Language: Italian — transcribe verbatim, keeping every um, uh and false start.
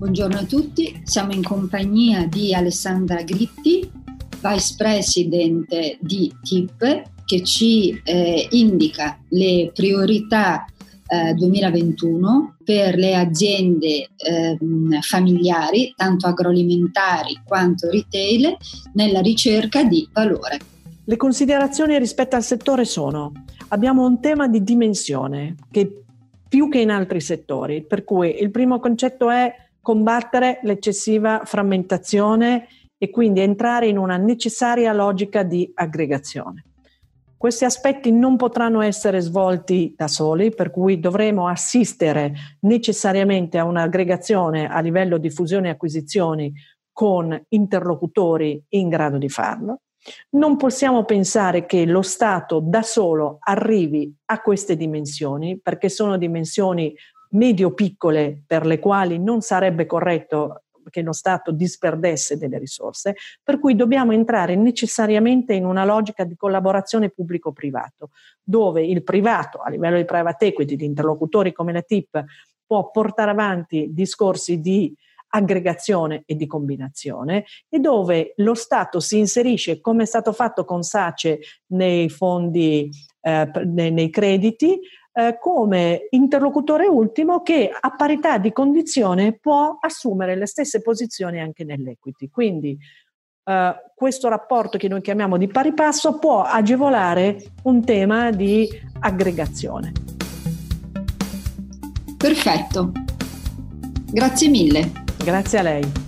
Buongiorno a tutti, siamo in compagnia di Alessandra Gritti, Vice President di T I P, che ci eh, indica le priorità eh, duemilaventuno per le aziende eh, familiari, tanto agroalimentari quanto retail, nella ricerca di valore. Le considerazioni rispetto al settore sono: abbiamo un tema di dimensione che più che in altri settori, per cui il primo concetto è combattere l'eccessiva frammentazione e quindi entrare in una necessaria logica di aggregazione. Questi aspetti non potranno essere svolti da soli, per cui dovremo assistere necessariamente a un'aggregazione a livello di fusione e acquisizioni con interlocutori in grado di farlo. Non possiamo pensare che lo Stato da solo arrivi a queste dimensioni, perché sono dimensioni medio-piccole per le quali non sarebbe corretto che lo Stato disperdesse delle risorse, per cui dobbiamo entrare necessariamente in una logica di collaborazione pubblico-privato, dove il privato, a livello di private equity, di interlocutori come la T I P, può portare avanti discorsi di aggregazione e di combinazione, e dove lo Stato si inserisce, come è stato fatto con SACE nei fondi, eh, nei, nei crediti, eh, come interlocutore ultimo che a parità di condizione può assumere le stesse posizioni anche nell'equity. Quindi eh, questo rapporto che noi chiamiamo di pari passo può agevolare un tema di aggregazione. Perfetto, grazie mille. Grazie a lei.